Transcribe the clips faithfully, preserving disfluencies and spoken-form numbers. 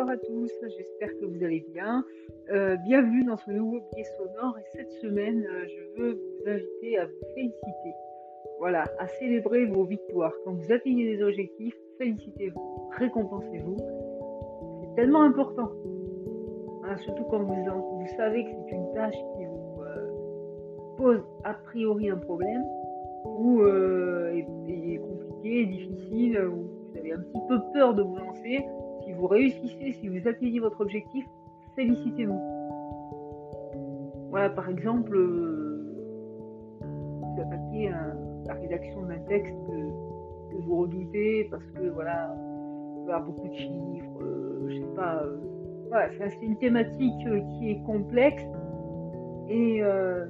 bonsoir à tous, j'espère que vous allez bien. Euh, bienvenue dans ce nouveau billet sonore et cette semaine, euh, je veux vous inviter à vous féliciter. Voilà, à célébrer vos victoires. Quand vous atteignez des objectifs, félicitez-vous, récompensez-vous. C'est tellement important, hein, surtout quand vous, en- vous savez que c'est une tâche qui vous euh, pose a priori un problème ou euh, est, est compliqué, difficile, ou vous avez un petit peu peur de vous lancer. Si vous réussissez, si vous atteignez votre objectif, félicitez-vous. Voilà, par exemple, euh, vous attaquez un- la rédaction d'un texte que, que vous redoutez parce que voilà, il va y avoir beaucoup de chiffres, euh, je sais pas. euh, voilà, c'est c'est une thématique euh, qui est complexe et, euh,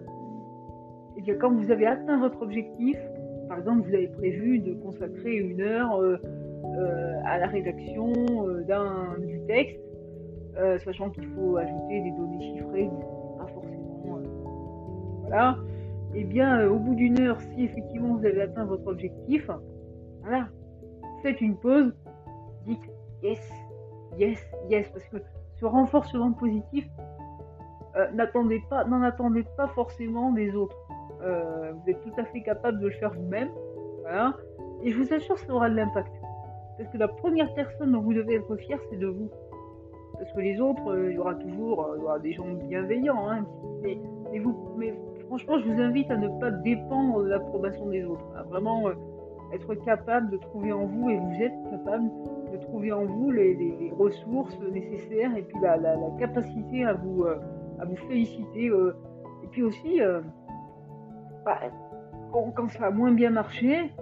et bien quand vous avez atteint votre objectif, par exemple, vous avez prévu de consacrer une heure euh, euh, à la rédaction euh, d'un du texte, euh, sachant qu'il faut ajouter des données chiffrées, que vous n'avez pas forcément, euh, voilà. Et bien, euh, au bout d'une heure, si effectivement vous avez atteint votre objectif, voilà, faites une pause, dites yes, yes, yes, parce que ce renforcement positif, euh, n'attendez pas, n'en attendez pas forcément des autres. Euh, vous êtes tout à fait capable de le faire vous-même, voilà. Et je vous assure, ça aura de l'impact. Parce que la première personne dont vous devez être fier, c'est de vous. Parce que les autres, euh, il y aura toujours euh, il y aura des gens bienveillants, hein, mais, mais, vous, mais franchement, je vous invite à ne pas dépendre de l'approbation des autres, à vraiment euh, être capable de trouver en vous, et vous êtes capable de trouver en vous les, les, les ressources nécessaires et puis la, la, la capacité à vous, euh, à vous féliciter. Euh, et puis aussi, euh, bah, quand, quand ça a moins bien marché,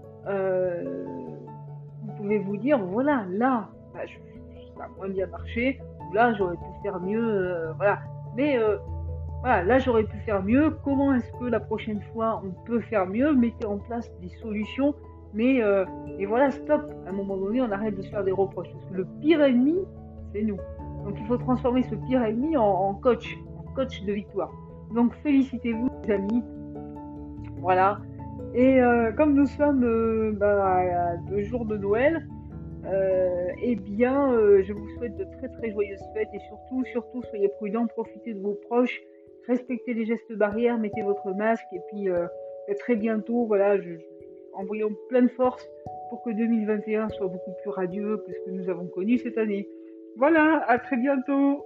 euh, vous pouvez vous dire, voilà, là, bah, je, ça a moins bien marché, ou là, j'aurais pu faire mieux, euh, voilà. Mais euh, voilà, là, j'aurais pu faire mieux. Comment est-ce que la prochaine fois, on peut faire mieux? Mettez en place des solutions, mais euh, et voilà, stop. À un moment donné, on arrête de se faire des reproches, parce que le pire ennemi, c'est nous. Donc, il faut transformer ce pire ennemi en, en coach, en coach de victoire. Donc, félicitez-vous, les amis. Voilà. Et euh, comme nous sommes euh, bah, à deux jours de Noël, euh, eh bien, euh, je vous souhaite de très très joyeuses fêtes et surtout, surtout, soyez prudents, profitez de vos proches, respectez les gestes barrières, mettez votre masque et puis euh, à très bientôt. Voilà, je, je, envoyons plein de force pour que deux mille vingt et un soit beaucoup plus radieux que ce que nous avons connu cette année. Voilà, à très bientôt.